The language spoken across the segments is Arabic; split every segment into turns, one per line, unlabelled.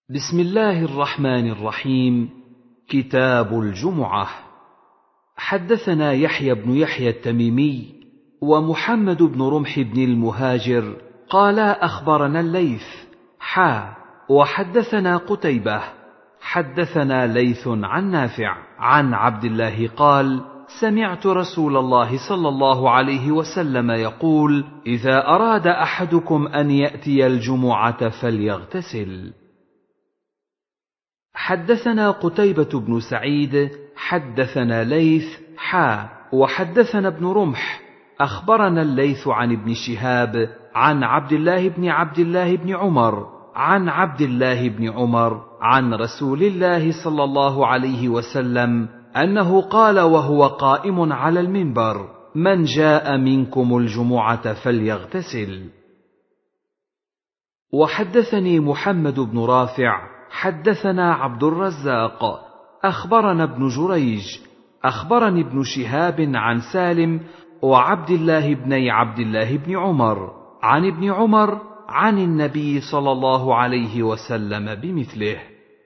بسم الله الرحمن الرحيم. كتاب الجمعة. حدثنا يحيى بن يحيى التميمي ومحمد بن رمح بن المهاجر قالا أخبرنا الليث وحدثنا قتيبة حدثنا ليث عن نافع عن عبد الله قال: سمعت رسول الله صلى الله عليه وسلم يقول: إذا أراد أحدكم أن يأتي الجمعة فليغتسل. حدثنا قتيبة بن سعيد حدثنا ليث وحدثنا ابن رمح أخبرنا الليث عن ابن شهاب عن عبد الله بن عمر عن عبد الله بن عمر عن رسول الله صلى الله عليه وسلم أنه قال وهو قائم على المنبر: من جاء منكم الجمعة فليغتسل. وحدثني محمد بن رافع حدثنا عبد الرزاق أخبرنا ابن جريج أخبرني ابن شهاب عن سالم وعبد الله بن عمر عن ابن عمر عن النبي صلى الله عليه وسلم بمثله.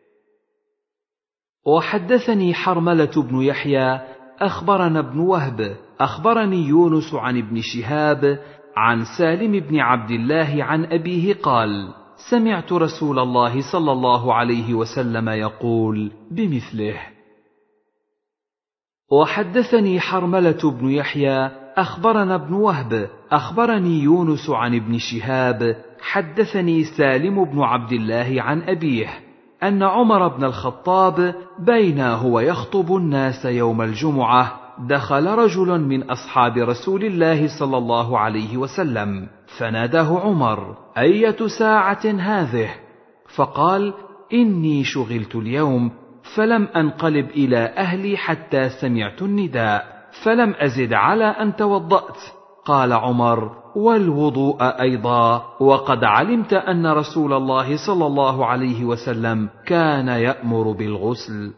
وحدثني حرملة بن يحيى أخبرنا ابن وهب أخبرني يونس عن ابن شهاب عن سالم بن عبد الله عن أبيه قال: سمعت رسول الله صلى الله عليه وسلم يقول بمثله. وحدثني حرملة بن يحيى أخبرنا ابن وهب أخبرني يونس عن ابن شهاب حدثني سالم بن عبد الله عن أبيه أن عمر بن الخطاب بينا هو يخطب الناس يوم الجمعة دخل رجل من أصحاب رسول الله صلى الله عليه وسلم فناداه عمر: أية ساعة هذه؟ فقال: إني شغلت اليوم فلم أنقلب إلى أهلي حتى سمعت النداء فلم أزد على أن توضأت. قال عمر: والوضوء أيضا، وقد علمت أن رسول الله صلى الله عليه وسلم كان يأمر بالغسل.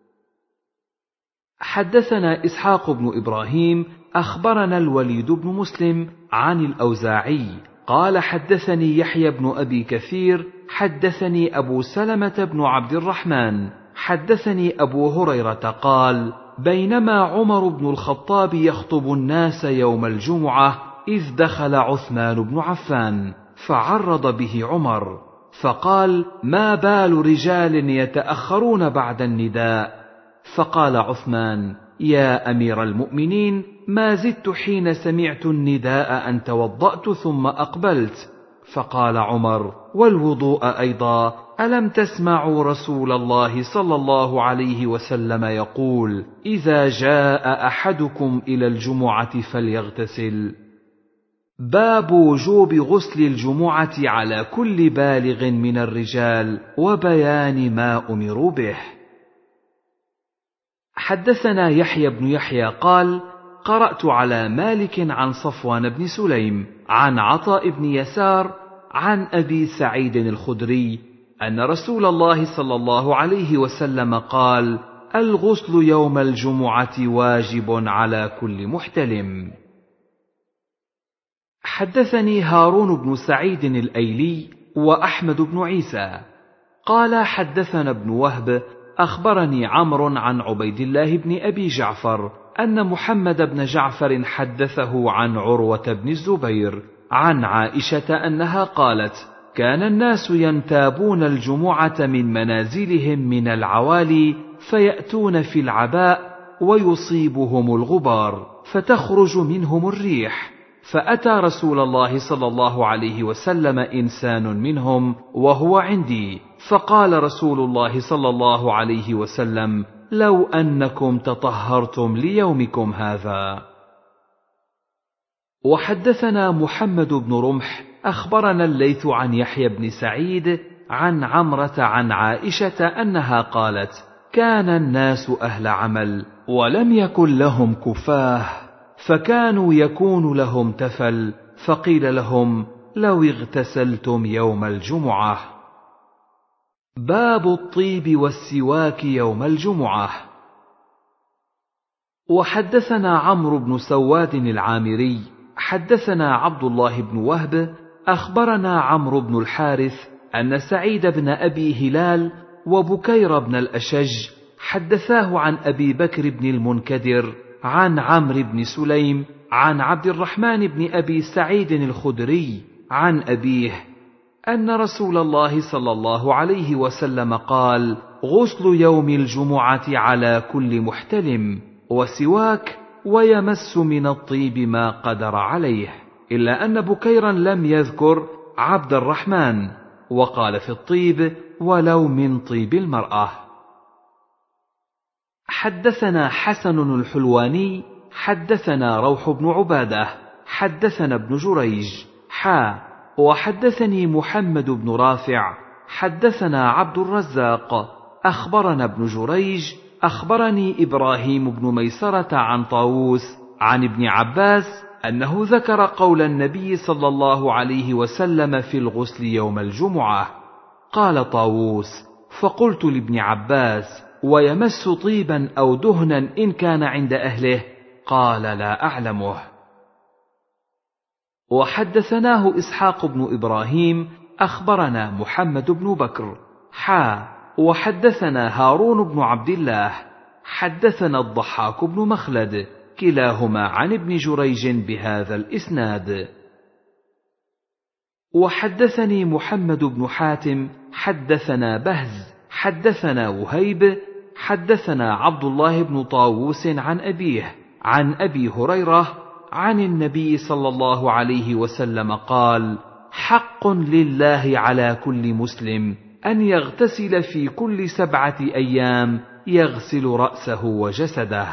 حدثنا إسحاق بن إبراهيم أخبرنا الوليد بن مسلم عن الأوزاعي قال: حدثني يحيى بن أبي كثير حدثني أبو سلمة بن عبد الرحمن حدثني أبو هريرة قال: بينما عمر بن الخطاب يخطب الناس يوم الجمعة إذ دخل عثمان بن عفان فعرض به عمر فقال: ما بال رجال يتأخرون بعد النداء؟ فقال عثمان: يا أمير المؤمنين، ما زدت حين سمعت النداء أن توضأت ثم أقبلت. فقال عمر: والوضوء أيضا، ألم تسمعوا رسول الله صلى الله عليه وسلم يقول: إذا جاء أحدكم إلى الجمعة فليغتسل. باب وجوب غسل الجمعة على كل بالغ من الرجال وبيان ما أمروا به. حدثنا يحيى بن يحيى قال: قرأت على مالك عن صفوان بن سليم عن عطاء بن يسار عن أبي سعيد الخدري أن رسول الله صلى الله عليه وسلم قال: الغسل يوم الجمعة واجب على كل محتلم. حدثني هارون بن سعيد الأيلي وأحمد بن عيسى قال: حدثنا ابن وهب أخبرني عمرو عن عبيد الله بن أبي جعفر أن محمد بن جعفر حدثه عن عروة بن الزبير عن عائشة أنها قالت: كان الناس ينتابون الجمعة من منازلهم من العوالي فيأتون في العباء ويصيبهم الغبار فتخرج منهم الريح، فأتى رسول الله صلى الله عليه وسلم إنسان منهم وهو عندي، فقال رسول الله صلى الله عليه وسلم: لو أنكم تطهرتم ليومكم هذا. وحدثنا محمد بن رمح أخبرنا الليث عن يحيى بن سعيد عن عمرة عن عائشة أنها قالت: كان الناس أهل عمل ولم يكن لهم كفاه، فكانوا يكون لهم تفل، فقيل لهم: لو اغتسلتم يوم الجمعة. باب الطيب والسواك يوم الجمعة. وحدثنا عمرو بن سواد العامري حدثنا عبد الله بن وهب أخبرنا عمرو بن الحارث أن سعيد بن أبي هلال وبكير بن الأشج حدثاه عن أبي بكر بن المنكدر عن عمرو بن سليم عن عبد الرحمن بن أبي سعيد الخدري عن أبيه أن رسول الله صلى الله عليه وسلم قال: غسل يوم الجمعة على كل محتلم، وسواك، ويمس من الطيب ما قدر عليه، إلا أن بكيرا لم يذكر عبد الرحمن، وقال في الطيب: ولو من طيب المرأة. حدثنا حسن الحلواني حدثنا روح بن عبادة حدثنا ابن جريج وحدثني محمد بن رافع حدثنا عبد الرزاق أخبرنا ابن جريج أخبرني إبراهيم بن ميسرة عن طاووس عن ابن عباس أنه ذكر قول النبي صلى الله عليه وسلم في الغسل يوم الجمعة. قال طاووس: فقلت لابن عباس: ويمس طيبا أو دهنا إن كان عند أهله؟ قال: لا أعلمه. وحدثناه إسحاق بن إبراهيم أخبرنا محمد بن بكر وحدثنا هارون بن عبد الله حدثنا الضحاك بن مخلد كلاهما عن ابن جريج بهذا الإسناد. وحدثني محمد بن حاتم حدثنا بهز حدثنا وهيب حدثنا عبد الله بن طاووس عن أبيه عن أبي هريرة عن النبي صلى الله عليه وسلم قال: حق لله على كل مسلم أن يغتسل في كل 7 أيام يغسل رأسه وجسده.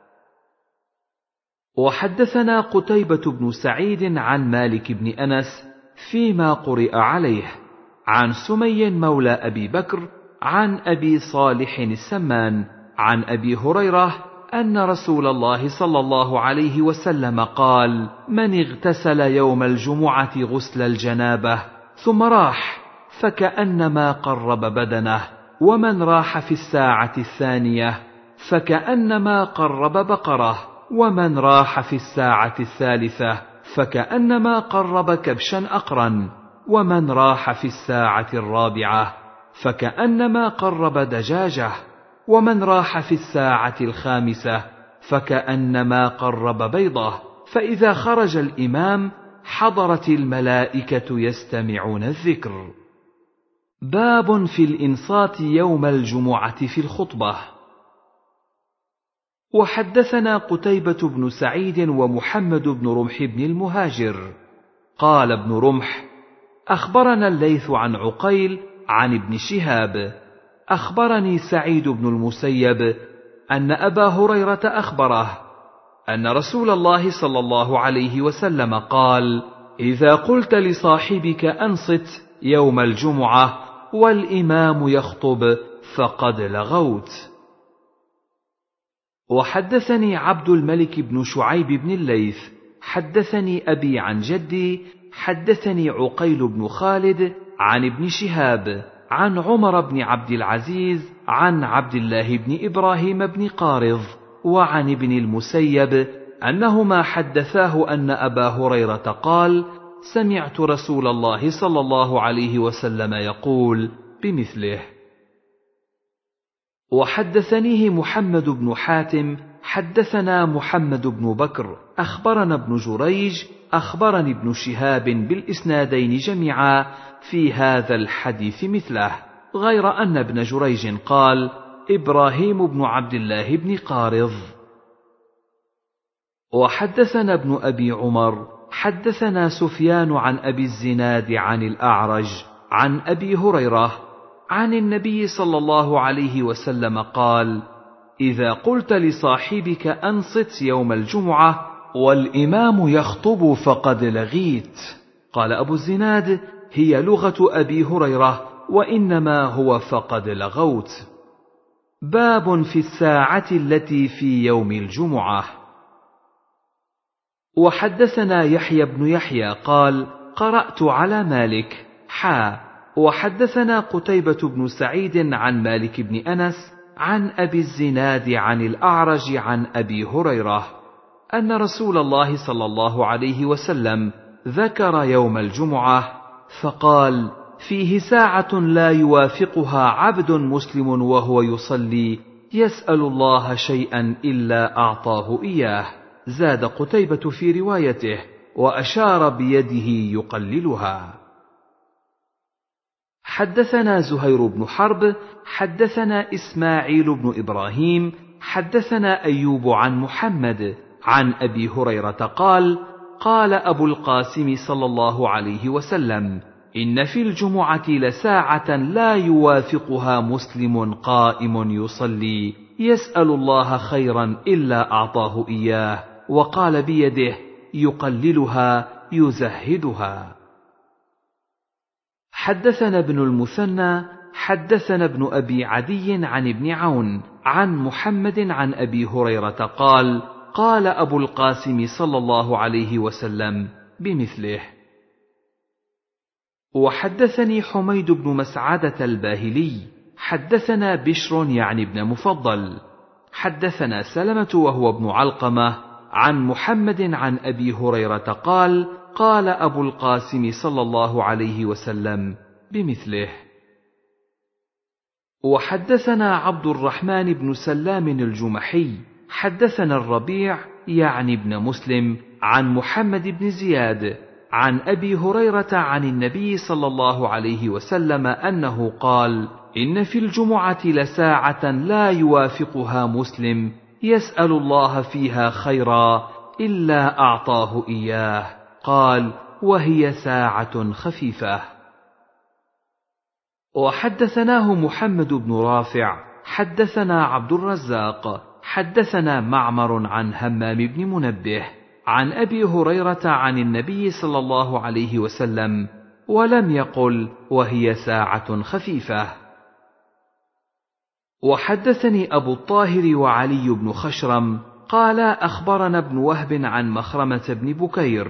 وحدثنا قتيبة بن سعيد عن مالك بن أنس فيما قرئ عليه عن سمي مولى أبي بكر عن أبي صالح السمان عن أبي هريرة أن رسول الله صلى الله عليه وسلم قال: من اغتسل يوم الجمعة غسل الجنابة ثم راح فكأنما قرب بدنه، ومن راح في الساعة الثانية فكأنما قرب بقرة، ومن راح في الساعة الثالثة فكأنما قرب كبشا أقرا، ومن راح في الساعة الرابعة فكأنما قرب دجاجة، ومن راح في الساعة الخامسة فكأنما قرب بيضة، فإذا خرج الإمام حضرت الملائكة يستمعون الذكر. باب في الإنصات يوم الجمعة في الخطبة. وحدثنا قتيبة بن سعيد ومحمد بن رمح بن المهاجر قال ابن رمح: أخبرنا الليث عن عقيل عن ابن شهاب أخبرني سعيد بن المسيب أن أبا هريرة أخبره أن رسول الله صلى الله عليه وسلم قال: إذا قلت لصاحبك أنصت يوم الجمعة والإمام يخطب فقد لغوت. وحدثني عبد الملك بن شعيب بن الليث حدثني أبي عن جدي حدثني عقيل بن خالد عن ابن شهاب عن عمر بن عبد العزيز عن عبد الله بن إبراهيم بن قارض وعن ابن المسيب أنهما حدثاه أن أبا هريرة قال: سمعت رسول الله صلى الله عليه وسلم يقول بمثله. وحدثنيه محمد بن حاتم حدثنا محمد بن بكر أخبرنا ابن جريج أخبرني ابن شهاب بالإسنادين جميعا في هذا الحديث مثله، غير أن ابن جريج قال: إبراهيم بن عبد الله بن قارض. وحدثنا ابن أبي عمر حدثنا سفيان عن أبي الزناد عن الأعرج عن أبي هريرة عن النبي صلى الله عليه وسلم قال: إذا قلت لصاحبك أنصت يوم الجمعة والإمام يخطب فقد لغيت. قال أبو الزناد: هي لغة أبي هريرة، وإنما هو فقد لغوت. باب في الساعة التي في يوم الجمعة. وحدثنا يحيى بن يحيى قال: قرأت على مالك وحدثنا قتيبة بن سعيد عن مالك بن أنس عن أبي الزناد عن الأعرج عن أبي هريرة أن رسول الله صلى الله عليه وسلم ذكر يوم الجمعة فقال: فيه ساعة لا يوافقها عبد مسلم وهو يصلي يسأل الله شيئا إلا أعطاه إياه. زاد قتيبة في روايته: وأشار بيده يقللها. حدثنا زهير بن حرب حدثنا إسماعيل بن إبراهيم حدثنا أيوب عن محمد عن أبي هريرة قال: قال أبو القاسم صلى الله عليه وسلم: إن في الجمعة لساعة لا يوافقها مسلم قائم يصلي يسأل الله خيرا إلا أعطاه إياه، وقال بيده يقللها يزهدها. حدثنا ابن المثنى حدثنا ابن أبي عدي عن ابن عون عن محمد عن أبي هريرة قال: قال أبو القاسم صلى الله عليه وسلم بمثله. وحدثني حميد بن مسعدة الباهلي حدثنا بشر يعني ابن مفضل حدثنا سلمة وهو ابن علقمة عن محمد عن أبي هريرة قال: قال أبو القاسم صلى الله عليه وسلم بمثله. وحدثنا عبد الرحمن بن سلام الجمحي حدثنا الربيع يعني ابن مسلم عن محمد بن زياد عن أبي هريرة عن النبي صلى الله عليه وسلم أنه قال: إن في الجمعة لساعة لا يوافقها مسلم يسأل الله فيها خيرا إلا أعطاه إياه. قال: وهي ساعة خفيفة. وحدثناه محمد بن رافع حدثنا عبد الرزاق حدثنا معمر عن همام بن منبه عن أبي هريرة عن النبي صلى الله عليه وسلم، ولم يقل وهي ساعة خفيفة. وحدثني أبو الطاهر وعلي بن خشرم قال: أخبرنا ابن وهب عن مخرمة بن بكير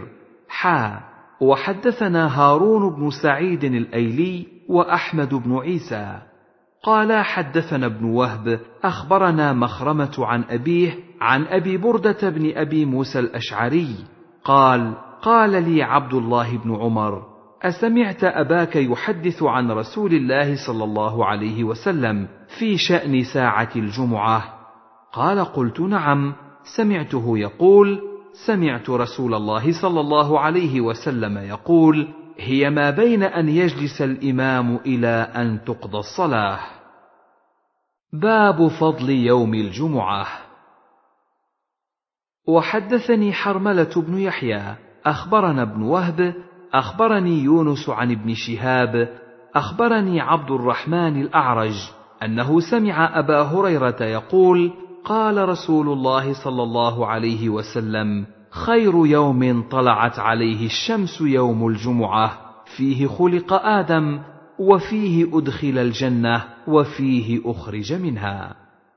وحدثنا هارون بن سعيد الأيلي وأحمد بن عيسى قال: حدثنا ابن وهب أخبرنا مخرمة عن أبيه عن أبي بردة بن أبي موسى الأشعري قال: قال لي عبد الله بن عمر: أسمعت أباك يحدث عن رسول الله صلى الله عليه وسلم في شأن ساعة الجمعة؟ قال: قلت: نعم، سمعته يقول: سمعت رسول الله صلى الله عليه وسلم يقول: هي ما بين أن يجلس الإمام إلى أن تقضى الصلاة. باب فضل يوم الجمعة. وحدثني حرملة بن يحيى أخبرنا ابن وهب أخبرني يونس عن ابن شهاب أخبرني عبد الرحمن الأعرج أنه سمع أبا هريرة يقول: قال رسول الله صلى الله عليه وسلم: خير يوم طلعت عليه الشمس يوم الجمعة، فيه خلق آدم، وفيه أدخل الجنة، وفيه أخرج منها.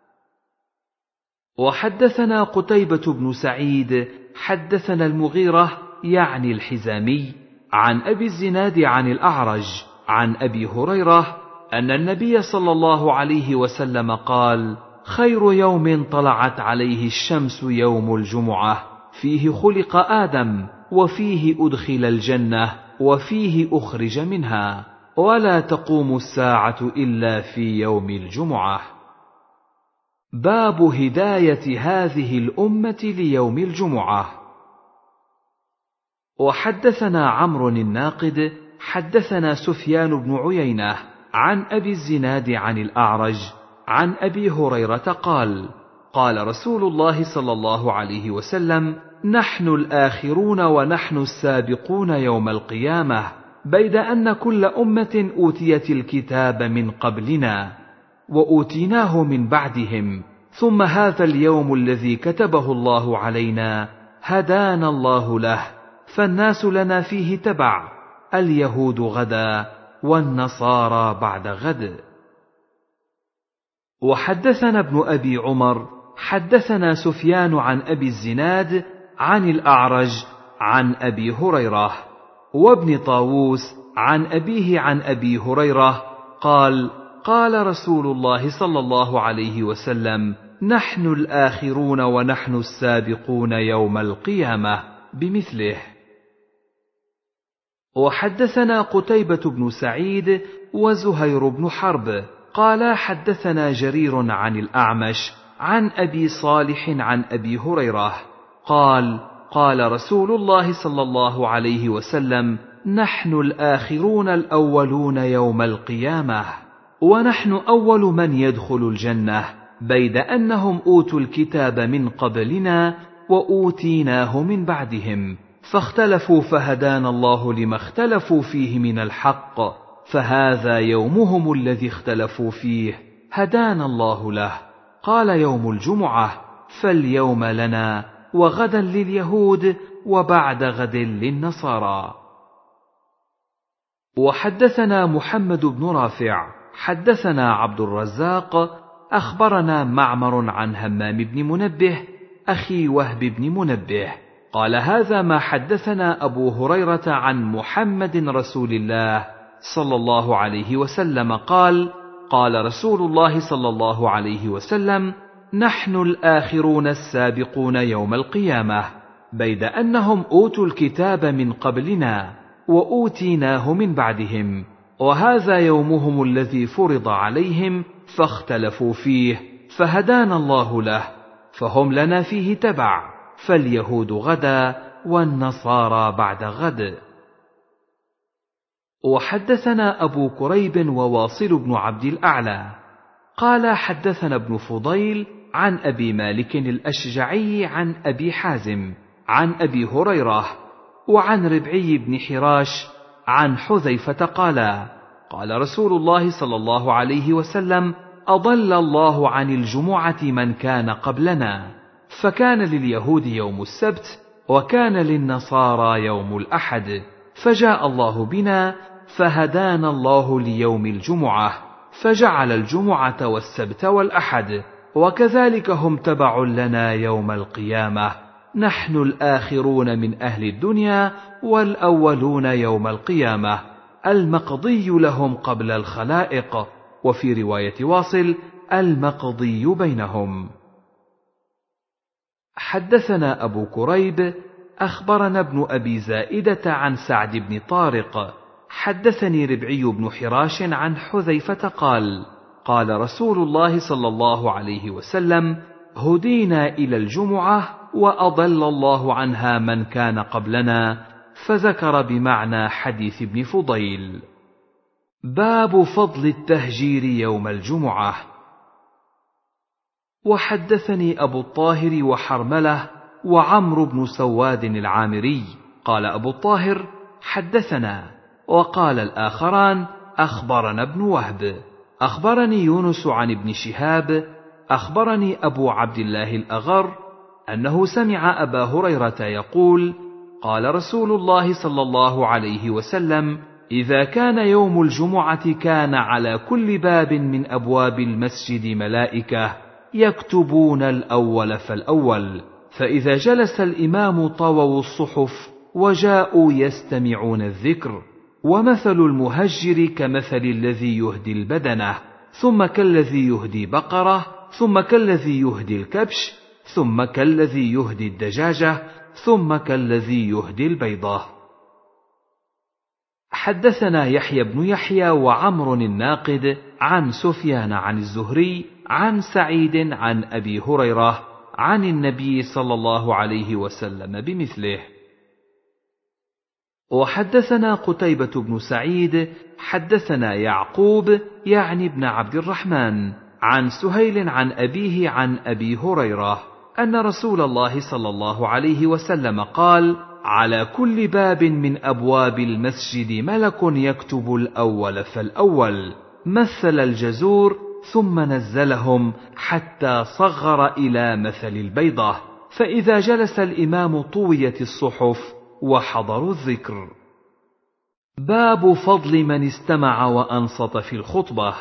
وحدثنا قتيبة بن سعيد حدثنا المغيرة يعني الحزامي عن أبي الزناد عن الأعرج عن أبي هريرة أن النبي صلى الله عليه وسلم قال: خير يوم طلعت عليه الشمس يوم الجمعة، فيه خلق آدم، وفيه أدخل الجنة، وفيه أخرج منها، ولا تقوم الساعة إلا في يوم الجمعة. باب هداية هذه الأمة ليوم الجمعة. وحدثنا عمرو الناقد حدثنا سفيان بن عيينة عن أبي الزناد عن الأعرج عن أبي هريرة قال: قال رسول الله صلى الله عليه وسلم: نحن الآخرون ونحن السابقون يوم القيامة، بيد أن كل أمة أوتيت الكتاب من قبلنا وأوتيناه من بعدهم، ثم هذا اليوم الذي كتبه الله علينا هدانا الله له، فالناس لنا فيه تبع، اليهود غدا والنصارى بعد غد. وحدثنا ابن أبي عمر حدثنا سفيان عن أبي الزناد عن الأعرج عن أبي هريرة، وابن طاووس عن أبيه عن أبي هريرة قال: قال رسول الله صلى الله عليه وسلم: نحن الآخرون ونحن السابقون يوم القيامة، بمثله. وحدثنا قتيبة بن سعيد وزهير بن حرب قال حدثنا جرير عن الأعمش عن أبي صالح عن أبي هريرة قال قال رسول الله صلى الله عليه وسلم: نحن الآخرون الأولون يوم القيامة، ونحن أول من يدخل الجنة، بيد أنهم أوتوا الكتاب من قبلنا وأوتيناه من بعدهم، فاختلفوا فهدانا الله لما اختلفوا فيه من الحق، فهذا يومهم الذي اختلفوا فيه، هدانا الله له. قال: يوم الجمعة، فاليوم لنا، وغدا لليهود، وبعد غد للنصارى. وحدثنا محمد بن رافع حدثنا عبد الرزاق أخبرنا معمر عن همام بن منبه أخي وهب بن منبه قال: هذا ما حدثنا أبو هريرة عن محمد رسول الله صلى الله عليه وسلم قال: قال رسول الله صلى الله عليه وسلم: نحن الآخرون السابقون يوم القيامة، بيد أنهم أوتوا الكتاب من قبلنا وأوتيناه من بعدهم، وهذا يومهم الذي فرض عليهم فاختلفوا فيه، فهدانا الله له، فهم لنا فيه تبع، فاليهود غدا والنصارى بعد غد. وحدثنا أبو كريب وواصل بن عبد الأعلى قال حدثنا ابن فضيل عن أبي مالك الأشجعي عن أبي حازم عن أبي هريرة وعن ربعي بن حراش عن حذيفة قال: قال رسول الله صلى الله عليه وسلم: أضل الله عن الجمعة من كان قبلنا، فكان لليهود يوم السبت، وكان للنصارى يوم الأحد، فجاء الله بنا فهدانا الله ليوم الجمعة، فجعل الجمعة والسبت والأحد، وكذلك هم تبع لنا يوم القيامة، نحن الآخرون من أهل الدنيا والأولون يوم القيامة، المقضي لهم قبل الخلائق، وفي رواية واصل: المقضي بينهم. حدثنا أبو كريب أخبرنا ابن أبي زائدة عن سعد بن طارق حدثني ربعي بن حراش عن حذيفة قال: قال رسول الله صلى الله عليه وسلم: هدينا إلى الجمعة وأضل الله عنها من كان قبلنا، فذكر بمعنى حديث ابن فضيل. باب فضل التهجير يوم الجمعة. وحدثني أبو الطاهر وحرملة وعمرو بن سواد العامري قال أبو الطاهر: حدثنا، وقال الآخران: أخبرنا ابن وهب، أخبرني يونس عن ابن شهاب، أخبرني أبو عبد الله الأغر أنه سمع أبا هريرة يقول: قال رسول الله صلى الله عليه وسلم: إذا كان يوم الجمعة كان على كل باب من أبواب المسجد ملائكة يكتبون الأول فالأول، فإذا جلس الإمام طووا الصحف وجاءوا يستمعون الذكر، ومثل المهجر كمثل الذي يهدي البدنة، ثم كالذي يهدي بقرة، ثم كالذي يهدي الكبش، ثم كالذي يهدي الدجاجة، ثم كالذي يهدي البيضة. حدثنا يحيى بن يحيى وعمر الناقد عن سفيان عن الزهري عن سعيد عن أبي هريرة عن النبي صلى الله عليه وسلم بمثله. وحدثنا قتيبة بن سعيد حدثنا يعقوب يعني ابن عبد الرحمن عن سهيل عن أبيه عن أبي هريرة أن رسول الله صلى الله عليه وسلم قال: على كل باب من أبواب المسجد ملك يكتب الأول فالأول، مثل الجزور ثم نزلهم حتى صغر إلى مثل البيضة، فإذا جلس الإمام طويت الصحف وحضروا الذكر. باب فضل من استمع وأنصت في الخطبة.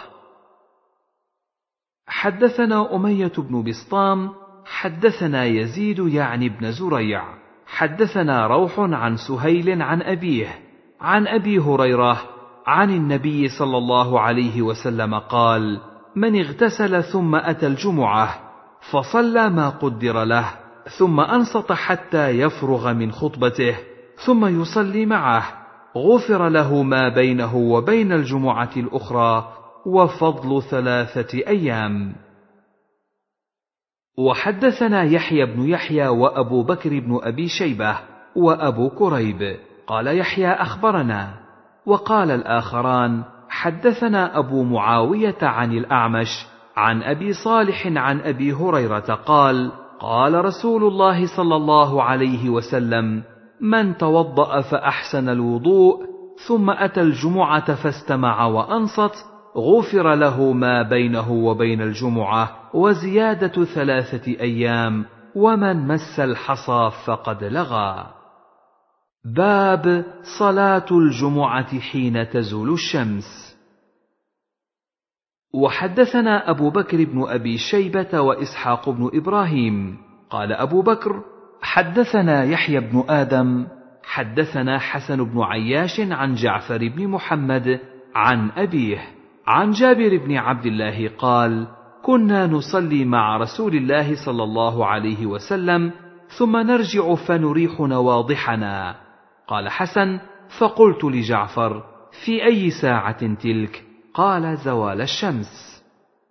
حدثنا أمية بن بسطام حدثنا يزيد يعني بن زريع حدثنا روح عن سهيل عن أبيه عن أبي هريرة عن النبي صلى الله عليه وسلم قال: من اغتسل ثم أتى الجمعة فصلى ما قدر له، ثم أنصت حتى يفرغ من خطبته، ثم يصلي معه، غفر له ما بينه وبين الجمعة الأخرى، وفضل 3 أيام. وحدثنا يحيى بن يحيى وأبو بكر بن أبي شيبة وأبو كريب قال يحيى أخبرنا، وقال الآخران حدثنا أبو معاوية عن الأعمش عن أبي صالح عن أبي هريرة قال قال رسول الله صلى الله عليه وسلم: من توضأ فأحسن الوضوء ثم أتى الجمعة فاستمع وأنصت غفر له ما بينه وبين الجمعة وزيادة 3 أيام، ومن مس الحصى فقد لغى. باب صلاة الجمعة حين تزول الشمس. وحدثنا أبو بكر بن أبي شيبة وإسحاق بن إبراهيم قال أبو بكر حدثنا يحيى بن آدم حدثنا حسن بن عياش عن جعفر بن محمد عن أبيه عن جابر بن عبد الله قال: كنا نصلي مع رسول الله صلى الله عليه وسلم ثم نرجع فنريح نواضحنا. قال حسن: فقلت لجعفر: في أي ساعة تلك؟ قال: زوال الشمس.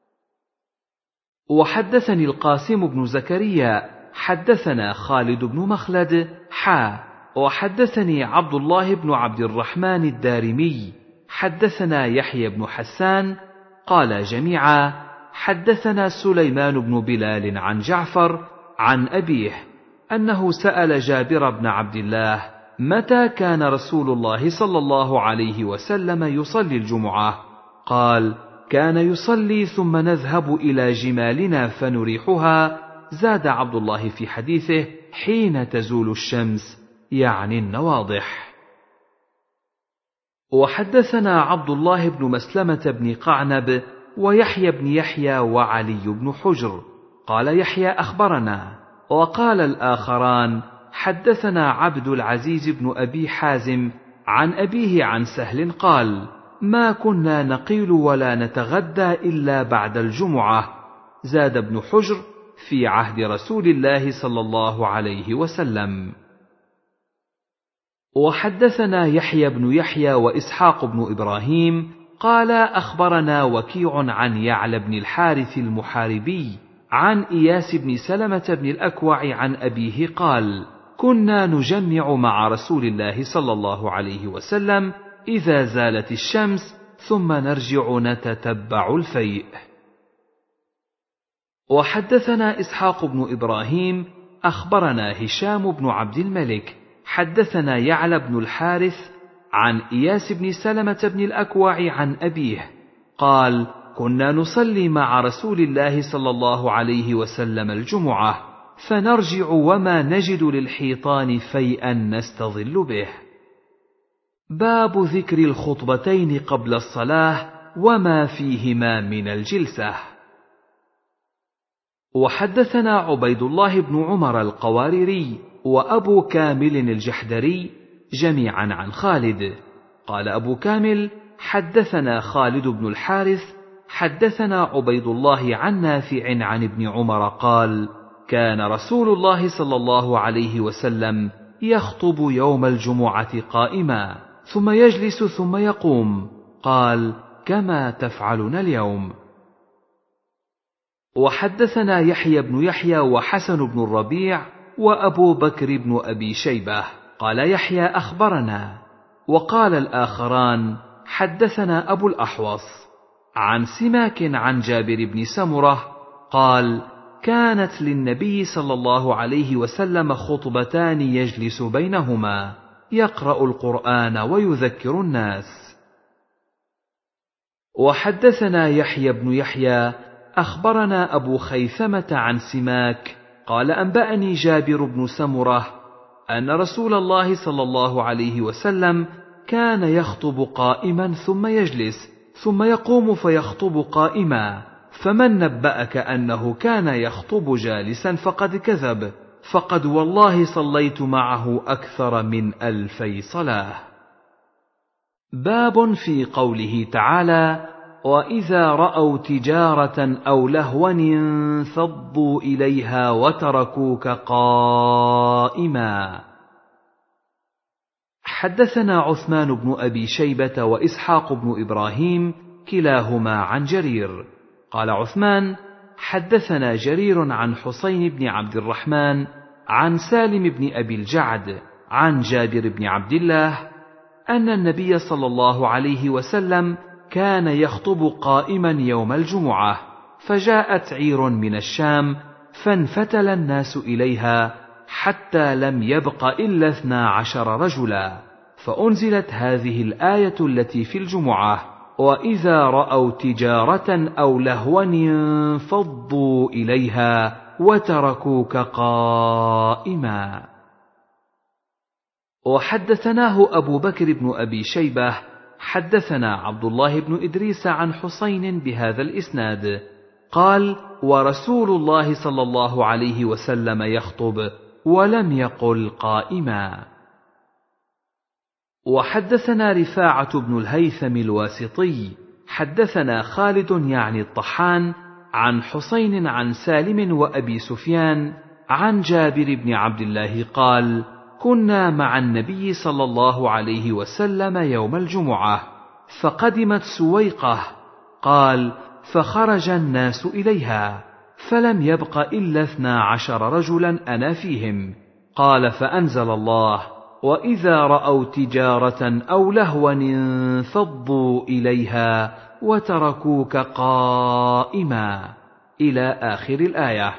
وحدثني القاسم بن زكريا حدثنا خالد بن مخلد وحدثني عبد الله بن عبد الرحمن الدارمي حدثنا يحيى بن حسان قال جميعا حدثنا سليمان بن بلال عن جعفر عن أبيه أنه سأل جابر بن عبد الله: متى كان رسول الله صلى الله عليه وسلم يصلي الجمعة؟ قال: كان يصلي ثم نذهب إلى جمالنا فنريحها. زاد عبد الله في حديثه: حين تزول الشمس، يعني النواضح. وحدثنا عبد الله بن مسلمة بن قعنب ويحيى بن يحيى وعلي بن حجر قال يحيى أخبرنا، وقال الآخران حدثنا عبد العزيز بن أبي حازم عن أبيه عن سهل قال: ما كنا نقيل ولا نتغدى إلا بعد الجمعة. زاد ابن حجر: في عهد رسول الله صلى الله عليه وسلم. وحدثنا يحيى بن يحيى وإسحاق بن إبراهيم قال أخبرنا وكيع عن يعلى بن الحارث المحاربي عن إياس بن سلمة بن الأكوع عن أبيه قال: كنا نجمع مع رسول الله صلى الله عليه وسلم إذا زالت الشمس ثم نرجع نتتبع الفيء. وحدثنا إسحاق بن إبراهيم أخبرنا هشام بن عبد الملك حدثنا يعلى بن الحارث عن إياس بن سلمة بن الأكوع عن أبيه قال: كنا نصلي مع رسول الله صلى الله عليه وسلم الجمعة فنرجع وما نجد للحيطان فيئا نستظل به. باب ذكر الخطبتين قبل الصلاة وما فيهما من الجلسة. وحدثنا عبيد الله بن عمر القواريري وأبو كامل الجحدري جميعا عن خالد قال أبو كامل: حدثنا خالد بن الحارث حدثنا عبيد الله عن نافع عن ابن عمر قال: كان رسول الله صلى الله عليه وسلم يخطب يوم الجمعة قائما ثم يجلس ثم يقوم. قال: كما تفعلون اليوم. وحدثنا يحيى بن يحيى وحسن بن الربيع وأبو بكر بن أبي شيبة قال يحيى أخبرنا، وقال الآخران حدثنا أبو الأحوص عن سماك عن جابر بن سمرة قال: كانت للنبي صلى الله عليه وسلم خطبتان يجلس بينهما يقرأ القرآن ويذكر الناس. وحدثنا يحيى بن يحيى أخبرنا أبو خيثمة عن سماك قال: أنبأني جابر بن سمرة أن رسول الله صلى الله عليه وسلم كان يخطب قائما ثم يجلس ثم يقوم فيخطب قائما، فمن نبأك أنه كان يخطب جالسا فقد كذب، فقد والله صليت معه أكثر من 2000 صلاة. باب في قوله تعالى: وإذا رأوا تجارة أو لهوا انفضوا إليها وتركوك قائما. حدثنا عثمان بن أبي شيبة وإسحاق بن إبراهيم كلاهما عن جرير. قال عثمان: حدثنا جرير عن حسين بن عبد الرحمن عن سالم بن أبي الجعد عن جابر بن عبد الله أن النبي صلى الله عليه وسلم كان يخطب قائما يوم الجمعة، فجاءت عير من الشام فانفتل الناس إليها حتى لم يبق إلا 12 رجلا، فأنزلت هذه الآية التي في الجمعة: وإذا رأوا تجارة أو لهوا انفضوا إليها وتركوك قائما. وحدثناه أبو بكر بن أبي شيبة حدثنا عبد الله بن إدريس عن حسين بهذا الإسناد قال: ورسول الله صلى الله عليه وسلم يخطب ولم يقل قائما. وحدثنا رفاعة بن الهيثم الواسطي حدثنا خالد يعني الطحان عن حسين عن سالم وأبي سفيان عن جابر بن عبد الله قال: كنا مع النبي صلى الله عليه وسلم يوم الجمعة، فقدمت سويقة، قال: فخرج الناس إليها، فلم يبق إلا 12 رجلا أنا فيهم. قال: فأنزل الله: وإذا رأوا تجارة أو لهوا انفضوا إليها وتركوك قائما، إلى آخر الآية.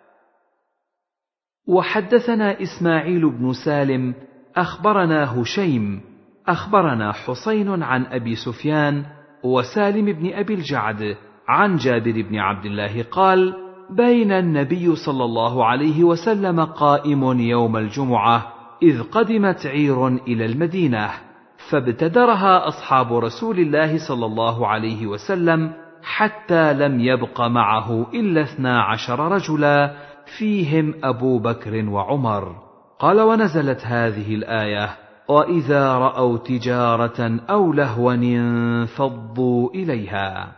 وحدثنا إسماعيل بن سالم أخبرنا هشيم أخبرنا حسين عن أبي سفيان وسالم بن أبي الجعد عن جابر بن عبد الله قال: بين النبي صلى الله عليه وسلم قائم يوم الجمعة إذ قدمت عير إلى المدينة، فابتدرها أصحاب رسول الله صلى الله عليه وسلم حتى لم يبق معه إلا 12 رجلا فيهم أبو بكر وعمر. قال: ونزلت هذه الآية: وإذا رأوا تجارة أو لهوا انفضوا إليها.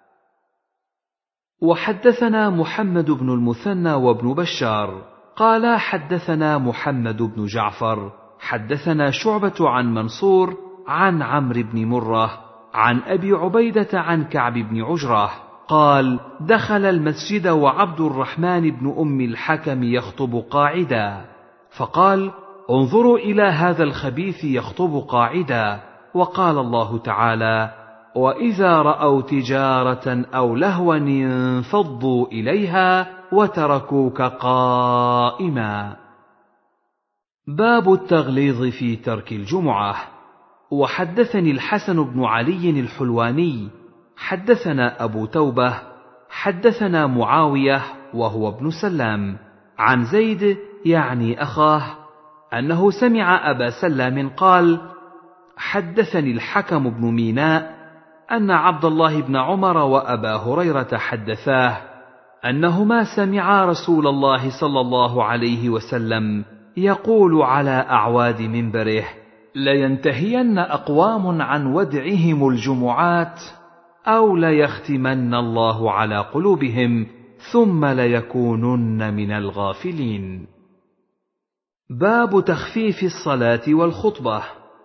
وحدثنا محمد بن المثنى وابن بشار قال: حدثنا محمد بن جعفر حدثنا شعبة عن منصور عن عمرو بن مرة عن أبي عبيدة عن كعب بن عجرة قال: دخل المسجد وعبد الرحمن بن أم الحكم يخطب قاعدا، فقال: انظروا إلى هذا الخبيث يخطب قاعدا. وقال الله تعالى: وإذا رأوا تجارة أو لهوا انفضوا إليها وتركوك قائما. باب التغليظ في ترك الجمعة. وحدثني الحسن بن علي الحلواني حدثنا أبو توبة حدثنا معاوية وهو ابن سلام عن زيد يعني أخاه أنه سمع أبا سلام قال: حدثني الحكم بن ميناء أن عبد الله بن عمر وأبا هريرة حدثاه أنهما سمعا رسول الله صلى الله عليه وسلم يقول على أعواد منبره: لينتهين أقوام عن ودعهم الجمعات أو ليختمن الله على قلوبهم ثم ليكونن من الغافلين. باب تخفيف الصلاة والخطبة.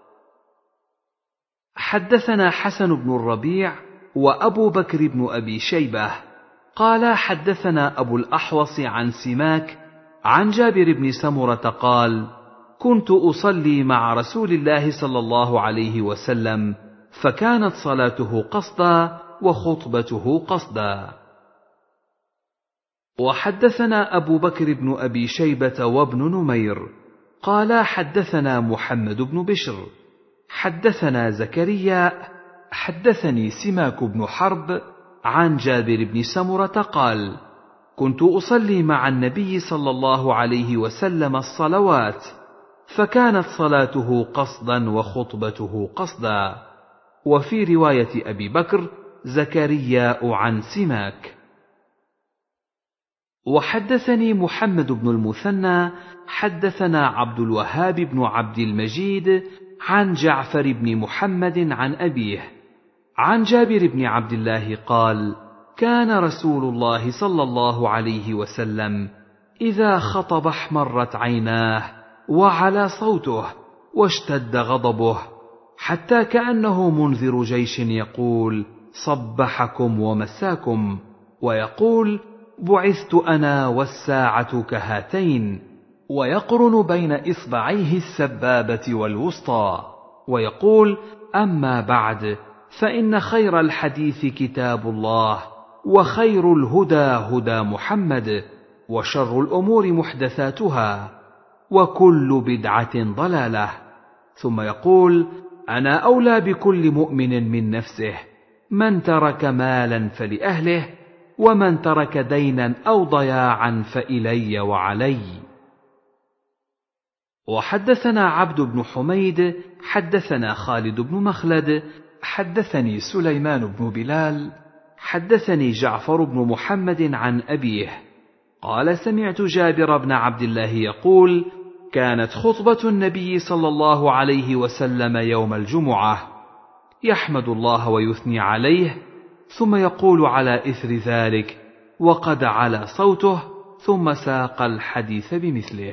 حدثنا حسن بن الربيع وأبو بكر بن أبي شيبة قال: حدثنا أبو الأحوص عن سماك عن جابر بن سمرة قال: كنت أصلي مع رسول الله صلى الله عليه وسلم، فكانت صلاته قصدا وخطبته قصدا. وحدثنا أبو بكر بن أبي شيبة وابن نمير قال: حدثنا محمد بن بشر حدثنا زكريا حدثني سماك بن حرب عن جابر بن سمرة قال: كنت أصلي مع النبي صلى الله عليه وسلم الصلوات، فكانت صلاته قصدا وخطبته قصدا. وفي رواية أبي بكر زكريا عن سماك. وحدثني محمد بن المثنى حدثنا عبد الوهاب بن عبد المجيد عن جعفر بن محمد عن أبيه عن جابر بن عبد الله قال: كان رسول الله صلى الله عليه وسلم إذا خطب احمرت عيناه وعلى صوته، واشتد غضبه، حتى كأنه منذر جيش يقول: صبحكم ومساكم، ويقول: بعثت أنا والساعة كهاتين، ويقرن بين إصبعيه السبابة والوسطى، ويقول: أما بعد، فإن خير الحديث كتاب الله، وخير الهدى هدى محمد، وشر الأمور محدثاتها، وكل بدعة ضلالة. ثم يقول: أنا أولى بكل مؤمن من نفسه، من ترك مالا فلأهله، ومن ترك دينا أو ضياعا فإلي وعلي. وحدثنا عبد بن حميد حدثنا خالد بن مخلد حدثني سليمان بن بلال حدثني جعفر بن محمد عن أبيه قال: سمعت جابر بن عبد الله يقول: كانت خطبة النبي صلى الله عليه وسلم يوم الجمعة، يحمد الله ويثني عليه، ثم يقول على إثر ذلك: وقد علا صوته، ثم ساق الحديث بمثله.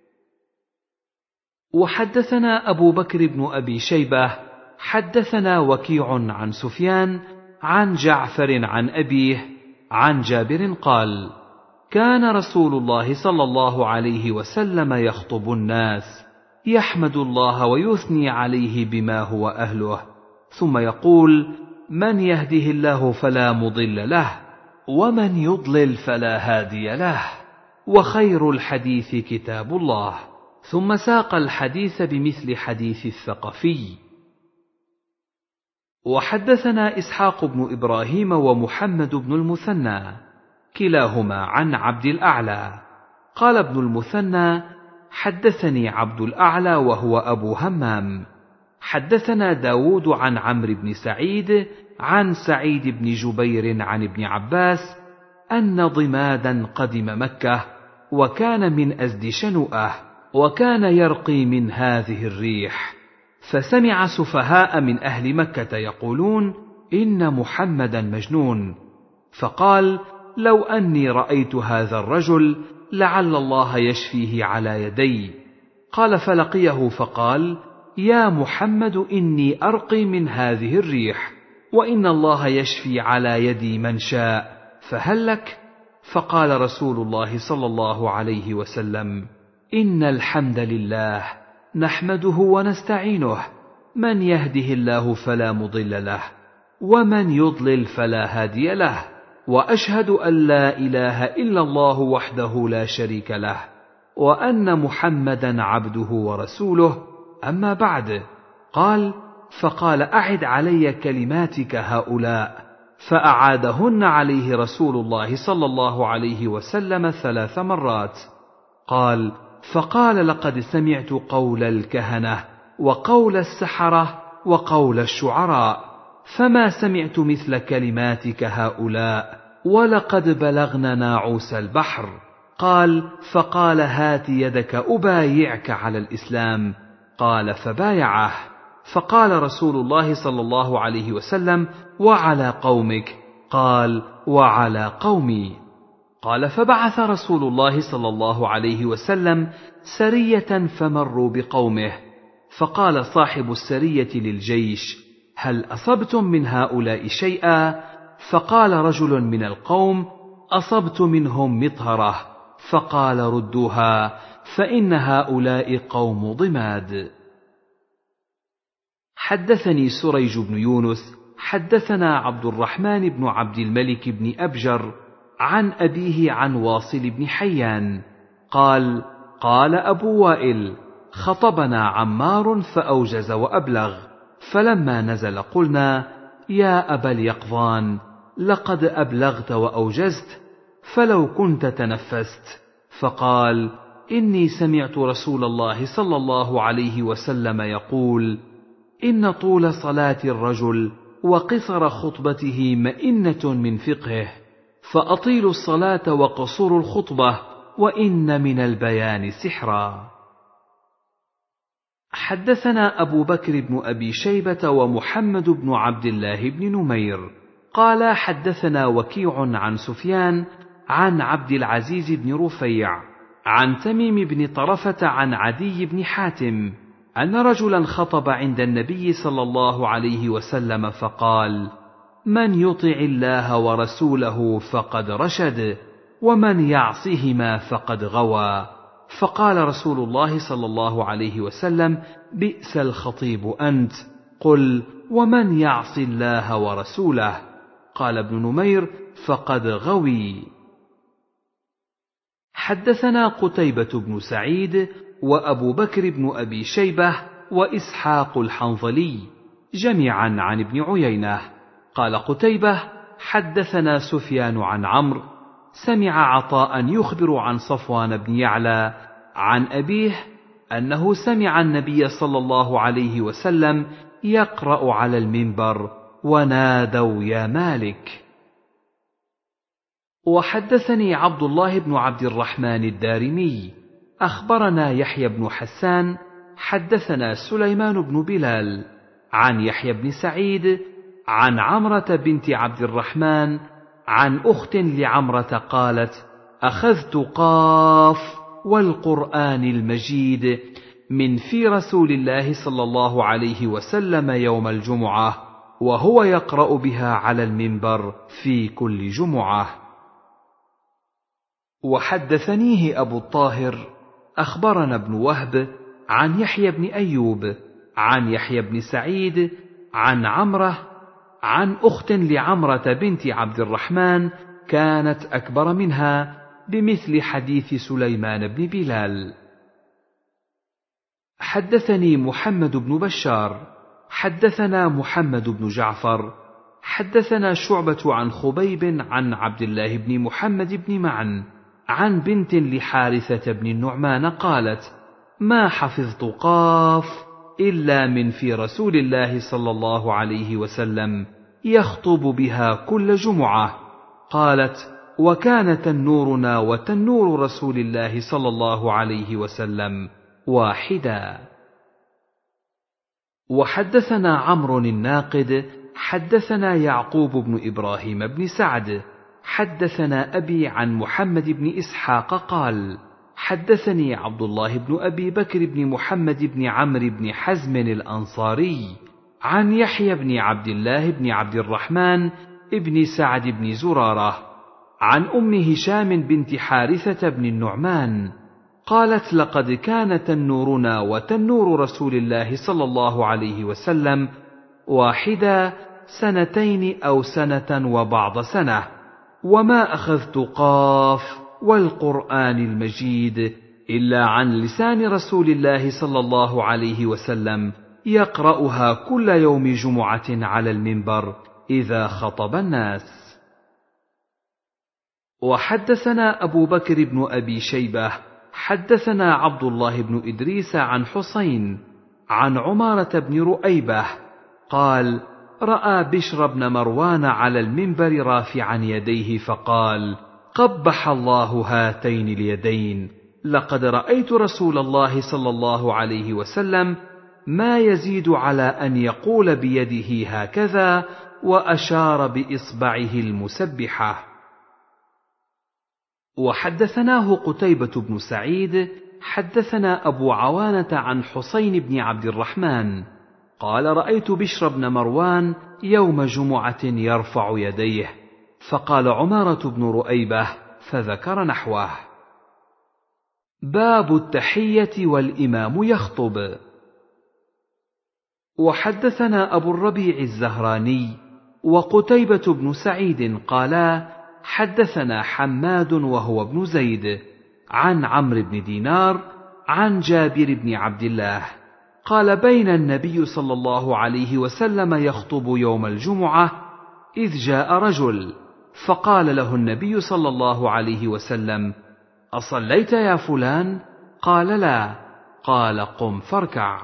وحدثنا أبو بكر بن أبي شيبة حدثنا وكيع عن سفيان عن جعفر عن أبيه عن جابر قال: كان رسول الله صلى الله عليه وسلم يخطب الناس، يحمد الله ويثني عليه بما هو أهله، ثم يقول: من يهده الله فلا مضل له، ومن يضلل فلا هادي له، وخير الحديث كتاب الله، ثم ساق الحديث بمثل حديث الثقفي. وحدثنا إسحاق بن إبراهيم ومحمد بن المثنى كلاهما عن عبد الأعلى قال ابن المثنى: حدثني عبد الأعلى وهو أبو همام حدثنا داود عن عمرو بن سعيد عن سعيد بن جبير عن ابن عباس أن ضمادا قدم مكة، وكان من أزد شنوءة، وكان يرقي من هذه الريح، فسمع سفهاء من أهل مكة يقولون: إن محمدا مجنون، فقال: لو أني رأيت هذا الرجل لعل الله يشفيه على يدي. قال: فلقيه فقال: يا محمد، إني أرقي من هذه الريح، وإن الله يشفي على يدي من شاء، فهل لك؟ فقال رسول الله صلى الله عليه وسلم: إن الحمد لله نحمده ونستعينه، من يهده الله فلا مضل له، ومن يضلل فلا هادي له، وأشهد أن لا إله إلا الله وحده لا شريك له، وأن محمدا عبده ورسوله، أما بعد. قال: فقال: أعد علي كلماتك هؤلاء، فأعادهن عليه رسول الله صلى الله عليه وسلم 3 مرات. قال: فقال: لقد سمعت قول الكهنة، وقول السحرة، وقول الشعراء، فما سمعت مثل كلماتك هؤلاء، ولقد بلغنا ناعوس البحر. قال: فقال: هات يدك أبايعك على الإسلام. قال: فبايعه. فقال رسول الله صلى الله عليه وسلم: وعلى قومك؟ قال: وعلى قومي. قال: فبعث رسول الله صلى الله عليه وسلم سرية فمروا بقومه، فقال صاحب السرية للجيش: هل أصبتم من هؤلاء شيئا؟ فقال رجل من القوم: أصبت منهم مطهرة. فقال: ردوها، فإن هؤلاء قوم ضماد. حدثني سريج بن يونس حدثنا عبد الرحمن بن عبد الملك بن أبجر عن أبيه عن واصل بن حيان قال: قال أبو وائل: خطبنا عمار فأوجز وأبلغ، فلما نزل قلنا: يا أبا اليقظان، لقد أبلغت وأوجزت، فلو كنت تنفست. فقال: إني سمعت رسول الله صلى الله عليه وسلم يقول: إن طول صلاة الرجل وقصر خطبته مئنة من فقهه، فأطيلوا الصلاة وقصروا الخطبة، وإن من البيان سحرا. حدثنا أبو بكر بن أبي شيبة ومحمد بن عبد الله بن نمير قال: حدثنا وكيع عن سفيان عن عبد العزيز بن رفيع عن تميم بن طرفة عن عدي بن حاتم أن رجلا خطب عند النبي صلى الله عليه وسلم فقال: من يطع الله ورسوله فقد رشد، ومن يعصهما فقد غوى. فقال رسول الله صلى الله عليه وسلم: بئس الخطيب أنت، قل: ومن يعص الله ورسوله؟ قال ابن نمير: فقد غوي. حدثنا قتيبة بن سعيد وأبو بكر بن أبي شيبة وإسحاق الحنظلي جميعا عن ابن عيينة. قال قتيبة: حدثنا سفيان عن عمرو سمع عطاء يخبر عن صفوان بن يعلى عن أبيه أنه سمع النبي صلى الله عليه وسلم يقرأ على المنبر: ونادوا يا مالك. وحدثني عبد الله بن عبد الرحمن الدارمي أخبرنا يحيى بن حسان حدثنا سليمان بن بلال عن يحيى بن سعيد عن عمرة بنت عبد الرحمن عن أخت لعمرة قالت: أخذت قاف والقرآن المجيد من في رسول الله صلى الله عليه وسلم يوم الجمعة، وهو يقرأ بها على المنبر في كل جمعة. وحدثنيه أبو الطاهر أخبرنا ابن وهب عن يحيى بن أيوب عن يحيى بن سعيد عن عمرة عن أخت لعمرة بنت عبد الرحمن كانت أكبر منها بمثل حديث سليمان بن بلال. حدثني محمد بن بشار حدثنا محمد بن جعفر حدثنا شعبة عن خبيب عن عبد الله بن محمد بن معن عن بنت لحارثة بن النعمان قالت: ما حفظت قاف إلا من في رسول الله صلى الله عليه وسلم يخطب بها كل جمعة. قالت: وكان تنورنا وتنور رسول الله صلى الله عليه وسلم واحدا. وحدثنا عمرو الناقد حدثنا يعقوب بن إبراهيم بن سعد حدثنا أبي عن محمد بن إسحاق قال: حدثني عبد الله بن أبي بكر بن محمد بن عمرو بن حزم الأنصاري عن يحيى بن عبد الله بن عبد الرحمن بن سعد بن زرارة عن أم هشام بنت حارثة بن النعمان قالت: لقد كان تنورنا وتنور رسول الله صلى الله عليه وسلم واحدا 2 أو 1 وبعض سنة، وما أخذت قاف والقرآن المجيد إلا عن لسان رسول الله صلى الله عليه وسلم يقرأها كل يوم جمعة على المنبر إذا خطب الناس. وحدثنا أبو بكر بن أبي شيبة حدثنا عبد الله بن إدريس عن حسين عن عمارة بن رؤيبة قال: رأى بشر بن مروان على المنبر رافعا يديه فقال: قبح الله هاتين اليدين، لقد رأيت رسول الله صلى الله عليه وسلم ما يزيد على أن يقول بيده هكذا، وأشار بإصبعه المسبحة. وحدثناه قتيبة بن سعيد حدثنا أبو عوانة عن حسين بن عبد الرحمن قال: رأيت بشر بن مروان يوم جمعة يرفع يديه، فقال عمارة بن رؤيبة فذكر نحوه. باب التحية والإمام يخطب. وحدثنا أبو الربيع الزهراني وقتيبة بن سعيد قالا: حدثنا حماد وهو ابن زيد عن عمرو بن دينار عن جابر بن عبد الله قال: بين النبي صلى الله عليه وسلم يخطب يوم الجمعة إذ جاء رجل فقال له النبي صلى الله عليه وسلم: أصليت يا فلان؟ قال: لا. قال: قم فاركع.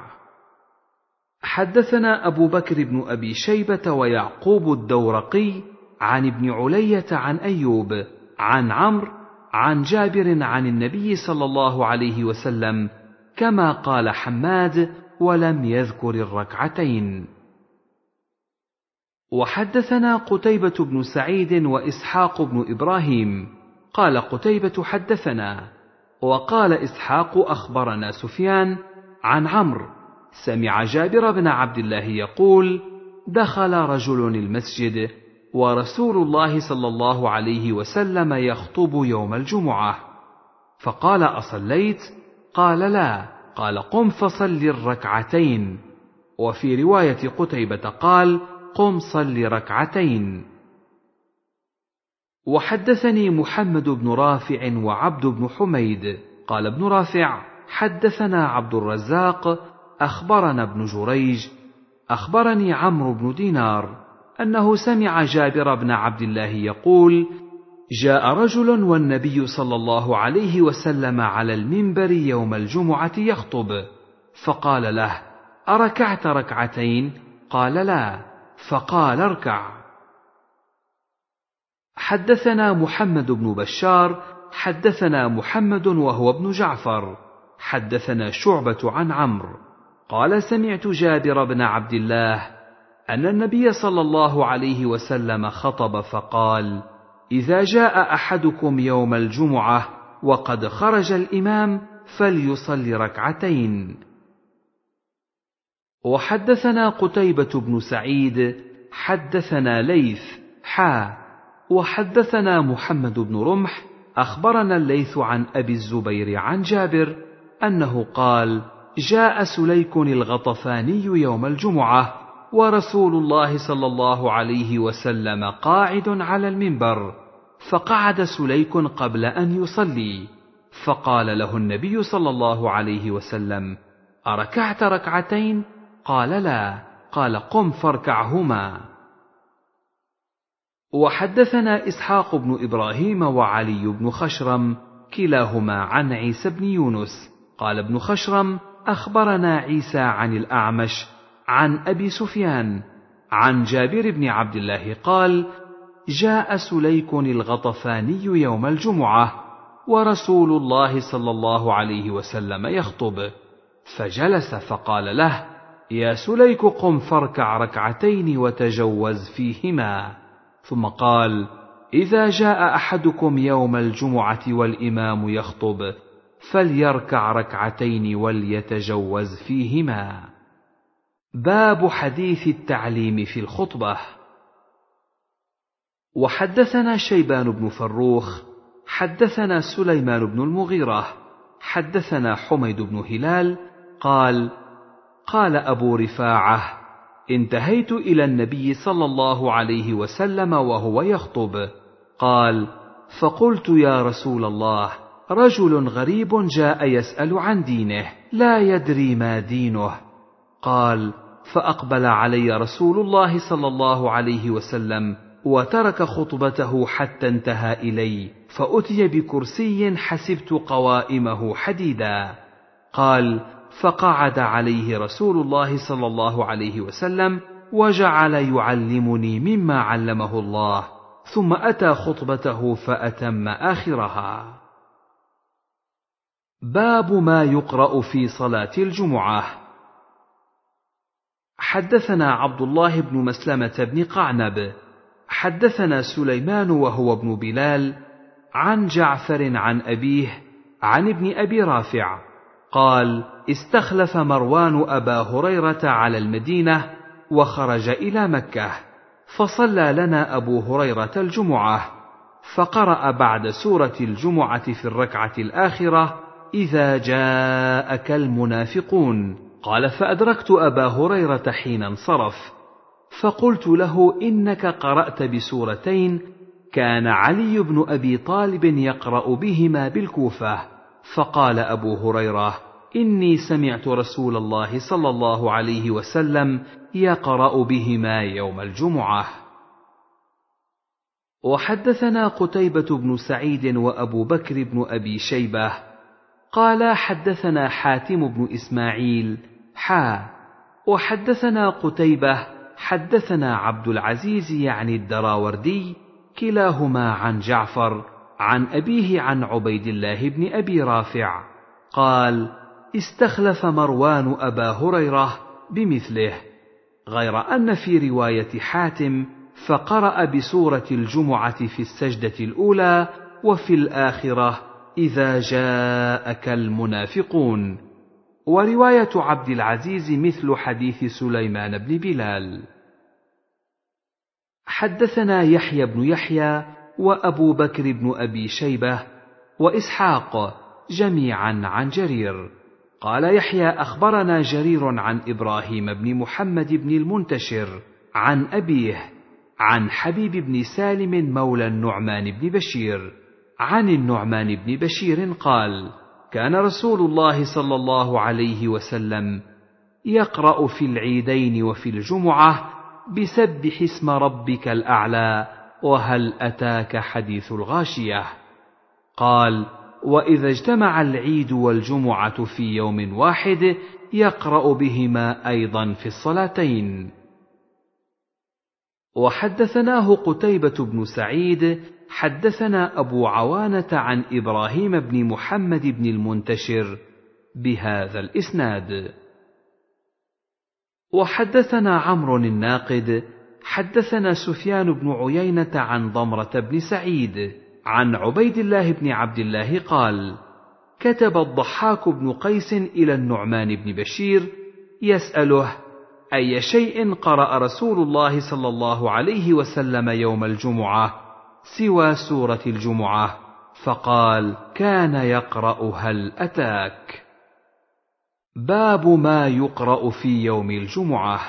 حدثنا أبو بكر بن أبي شيبة ويعقوب الدورقي عن ابن علية عن أيوب عن عمرو عن جابر عن النبي صلى الله عليه وسلم كما قال حماد، ولم يذكر الركعتين. وحدثنا قتيبة بن سعيد وإسحاق بن إبراهيم قال قتيبة: حدثنا، وقال إسحاق: أخبرنا سفيان عن عمرو سمع جابر بن عبد الله يقول: دخل رجل المسجد ورسول الله صلى الله عليه وسلم يخطب يوم الجمعة، فقال: أصليت؟ قال: لا. قال: قم فصل الركعتين. وفي رواية قتيبة قال: قم صل ركعتين. وحدثني محمد بن رافع وعبد بن حميد قال ابن رافع: حدثنا عبد الرزاق أخبرنا ابن جريج أخبرني عمرو بن دينار أنه سمع جابر بن عبد الله يقول: جاء رجل والنبي صلى الله عليه وسلم على المنبر يوم الجمعة يخطب، فقال له: أركعت ركعتين؟ قال: لا. فقال: اركع. حدثنا محمد بن بشار حدثنا محمد وهو ابن جعفر حدثنا شعبة عن عمرو قال: سمعت جابر بن عبد الله أن النبي صلى الله عليه وسلم خطب فقال: إذا جاء أحدكم يوم الجمعة وقد خرج الإمام فليصل ركعتين. وحدثنا قتيبة بن سعيد حدثنا ليث وحدثنا محمد بن رمح أخبرنا الليث عن أبي الزبير عن جابر أنه قال: جاء سليك الغطفاني يوم الجمعة ورسول الله صلى الله عليه وسلم قاعد على المنبر، فقعد سليك قبل أن يصلي، فقال له النبي صلى الله عليه وسلم: أركعت ركعتين؟ قال: لا. قال: قم فاركعهما. وحدثنا إسحاق بن إبراهيم وعلي بن خشرم كلاهما عن عيسى بن يونس قال ابن خشرم: أخبرنا عيسى عن الأعمش عن أبي سفيان عن جابر بن عبد الله قال: جاء سليك الغطفاني يوم الجمعة ورسول الله صلى الله عليه وسلم يخطب، فجلس فقال له: يا سليك قم فاركع ركعتين وتجوز فيهما. ثم قال: إذا جاء أحدكم يوم الجمعة والإمام يخطب فليركع ركعتين وليتجوز فيهما. باب حديث التعليم في الخطبة. وحدثنا شيبان بن فروخ حدثنا سليمان بن المغيرة حدثنا حميد بن هلال قال: قال أبو رفاعة: انتهيت إلى النبي صلى الله عليه وسلم وهو يخطب، قال: فقلت: يا رسول الله، رجل غريب جاء يسأل عن دينه لا يدري ما دينه. قال: فأقبل علي رسول الله صلى الله عليه وسلم وترك خطبته حتى انتهى إلي، فأتي بكرسي حسبت قوائمه حديدا. قال: فقعد عليه رسول الله صلى الله عليه وسلم وجعل يعلمني مما علمه الله، ثم أتى خطبته فأتم آخرها. باب ما يقرأ في صلاة الجمعة. حدثنا عبد الله بن مسلمة بن قعنب حدثنا سليمان وهو ابن بلال عن جعفر عن أبيه عن ابن أبي رافع قال: استخلف مروان أبا هريرة على المدينة وخرج إلى مكة، فصلى لنا أبو هريرة الجمعة، فقرأ بعد سورة الجمعة في الركعة الآخرة: إذا جاءك المنافقون. قال: فأدركت أبا هريرة حين انصرف، فقلت له: إنك قرأت بسورتين كان علي بن أبي طالب يقرأ بهما بالكوفة. فقال أبو هريرة: إني سمعت رسول الله صلى الله عليه وسلم يقرأ بهما يوم الجمعة. وحدثنا قتيبة بن سعيد وأبو بكر بن أبي شيبة قال: حدثنا حاتم بن إسماعيل وحدثنا قتيبة حدثنا عبد العزيز يعني الدراوردي كلاهما عن جعفر عن أبيه عن عبيد الله بن أبي رافع قال: استخلف مروان أبا هريرة بمثله، غير أن في رواية حاتم: فقرأ بسورة الجمعة في السجدة الأولى وفي الآخرة: إذا جاءك المنافقون. ورواية عبد العزيز مثل حديث سليمان بن بلال. حدثنا يحيى بن يحيى وأبو بكر بن أبي شيبة وإسحاق جميعا عن جرير. قال يحيى أخبرنا جرير عن إبراهيم بن محمد بن المنتشر عن أبيه عن حبيب بن سالم مولى النعمان بن بشير عن النعمان بن بشير قال: كان رسول الله صلى الله عليه وسلم يقرأ في العيدين وفي الجمعة بسبح اسم ربك الأعلى وهل أتاك حديث الغاشية. قال: وإذا اجتمع العيد والجمعة في يوم واحد يقرأ بهما أيضا في الصلاتين. وحدثناه قتيبة بن سعيد حدثنا أبو عوانة عن إبراهيم بن محمد بن المنتشر بهذا الإسناد. وحدثنا عمرو الناقد حدثنا سفيان بن عيينة عن ضمرة بن سعيد عن عبيد الله بن عبد الله قال: كتب الضحاك بن قيس إلى النعمان بن بشير يسأله: أي شيء قرأ رسول الله صلى الله عليه وسلم يوم الجمعة سوى سورة الجمعة؟ فقال: كان يقرأ هل أتاك. باب ما يقرأ في يوم الجمعة.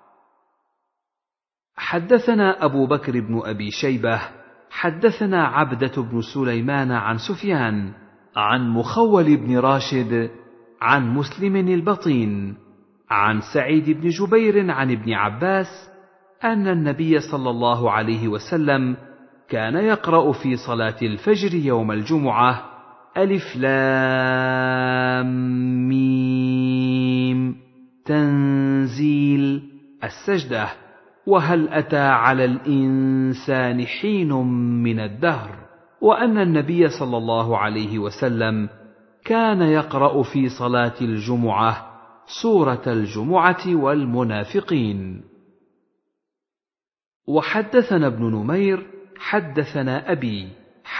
حدثنا أبو بكر بن أبي شيبة حدثنا عبدة بن سليمان عن سفيان عن مخول بن راشد عن مسلم البطين عن سعيد بن جبير عن ابن عباس أن النبي صلى الله عليه وسلم كان يقرأ في صلاة الفجر يوم الجمعة: ألف لام ميم تنزيل السجدة وهل أتى على الإنسان حين من الدهر، وأن النبي صلى الله عليه وسلم كان يقرأ في صلاة الجمعة سورة الجمعة والمنافقين. وحدثنا ابن نمير حدثنا أبي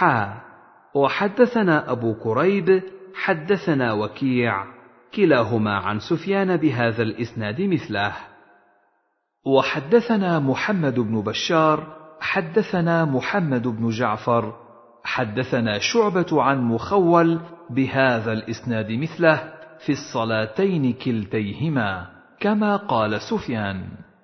وحدثنا أبو كريب حدثنا وكيع كلاهما عن سفيان بهذا الإسناد مثله. وحدثنا محمد بن بشار حدثنا محمد بن جعفر حدثنا شعبة عن مخول بهذا الإسناد مثله في الصلاتين كلتيهما كما قال سفيان.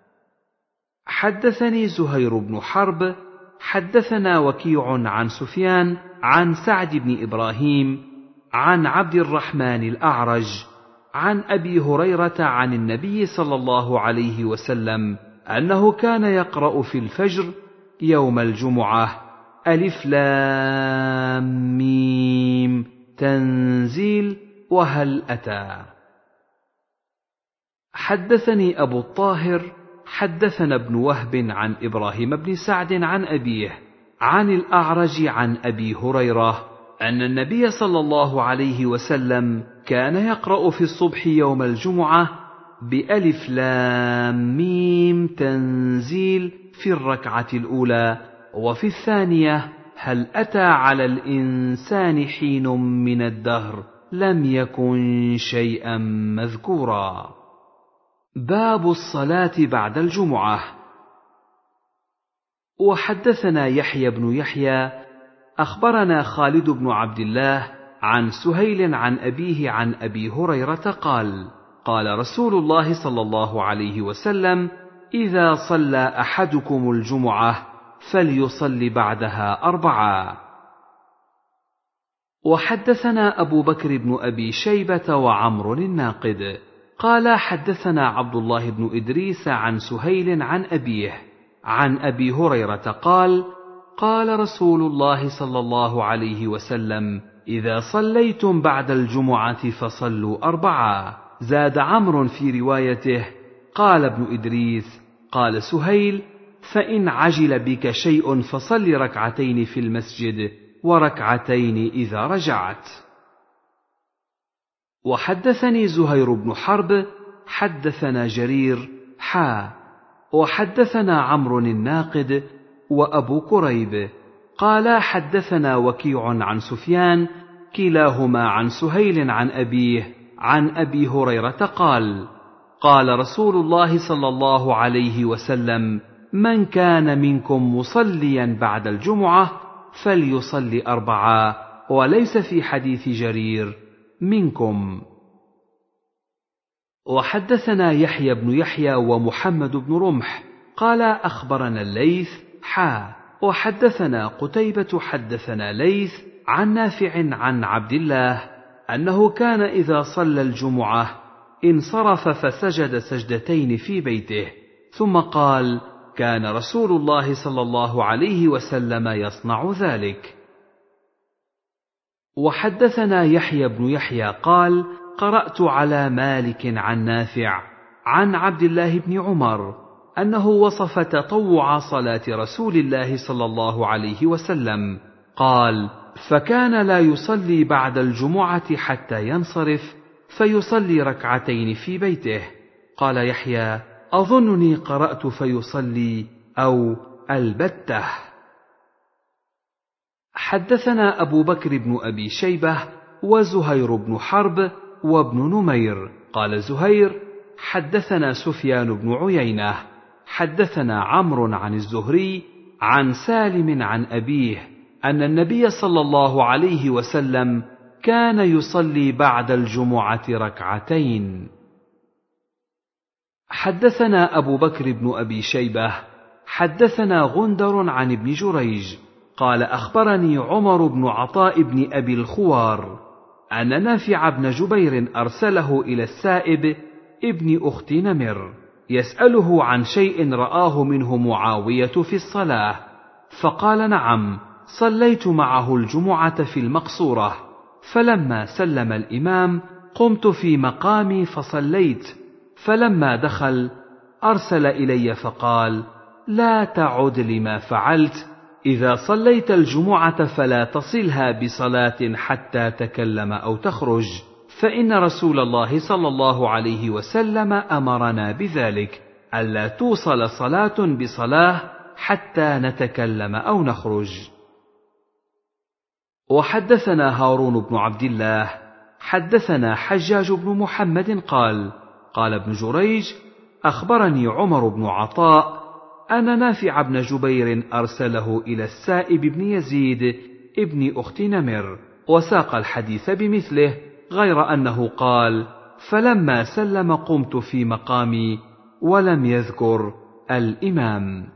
حدثني زهير بن حرب حدثنا وكيع عن سفيان عن سعد بن إبراهيم عن عبد الرحمن الأعرج عن أبي هريرة عن النبي صلى الله عليه وسلم أنه كان يقرأ في الفجر يوم الجمعة: ألف لام ميم تنزيل وهل أتى. حدثني أبو الطاهر حدثنا ابن وهب عن إبراهيم بن سعد عن أبيه عن الأعرج عن أبي هريرة أن النبي صلى الله عليه وسلم كان يقرأ في الصبح يوم الجمعة بألف لام ميم تنزيل في الركعة الأولى، وفي الثانية هل أتى على الإنسان حين من الدهر لم يكن شيئا مذكورا. باب الصلاة بعد الجمعة. وحدثنا يحيى بن يحيى أخبرنا خالد بن عبد الله عن سهيل عن أبيه عن أبي هريرة قال: قال رسول الله صلى الله عليه وسلم: إذا صلى أحدكم الجمعة فليصل بعدها 4. وحدثنا أبو بكر بن أبي شيبة وعمرو الناقد قال حدثنا عبد الله بن إدريس عن سهيل عن أبيه عن أبي هريرة قال: قال رسول الله صلى الله عليه وسلم: إذا صليتم بعد الجمعة فصلوا 4. زاد عمرو في روايته: قال ابن إدريس: قال سهيل: فإن عجل بك شيء فصل ركعتين في المسجد وركعتين إذا رجعت. وحدثني زهير بن حرب حدثنا جرير وحدثنا عمرو الناقد وأبو كريب قال حدثنا وكيع عن سفيان كلاهما عن سهيل عن أبيه عن أبي هريرة قال: قال رسول الله صلى الله عليه وسلم: من كان منكم مصليا بعد الجمعة فليصلي 4، وليس في حديث جرير منكم. وحدثنا يحيى بن يحيى ومحمد بن رمح قال أخبرنا الليث وحدثنا قتيبة حدثنا ليث عن نافع عن عبد الله أنه كان إذا صلى الجمعة انصرف فسجد سجدتين في بيته، ثم قال: كان رسول الله صلى الله عليه وسلم يصنع ذلك. وحدثنا يحيى بن يحيى قال: قرأت على مالك عن نافع عن عبد الله بن عمر أنه وصف تطوع صلاة رسول الله صلى الله عليه وسلم، قال: فكان لا يصلي بعد الجمعة حتى ينصرف فيصلي ركعتين في بيته. قال يحيى: أظنني قرأت فيصلي أو البته. حدثنا أبو بكر بن أبي شيبة وزهير بن حرب وابن نمير. قال زهير: حدثنا سفيان بن عيينة حدثنا عمرو عن الزهري عن سالم عن أبيه أن النبي صلى الله عليه وسلم كان يصلي بعد الجمعة ركعتين. حدثنا أبو بكر بن أبي شيبة حدثنا غندر عن ابن جريج قال: أخبرني عمر بن عطاء بن أبي الخوار أن نافع بن جبير أرسله إلى السائب ابن أخت نمر يسأله عن شيء رآه منه معاوية في الصلاة، فقال: نعم، صليت معه الجمعة في المقصورة، فلما سلم الإمام قمت في مقامي فصليت، فلما دخل أرسل إلي فقال: لا تعد لما فعلت، إذا صليت الجمعة فلا تصلها بصلاة حتى تكلم أو تخرج، فإن رسول الله صلى الله عليه وسلم أمرنا بذلك، ألا توصل صلاة بصلاة حتى نتكلم أو نخرج. وحدثنا هارون بن عبد الله حدثنا حجاج بن محمد قال: قال ابن جريج: أخبرني عمر بن عطاء أن نافع بن جبير أرسله إلى السائب بن يزيد ابن أخت نمر، وساق الحديث بمثله، غير أنه قال: فلما سلم قمت في مقامي، ولم يذكر الإمام.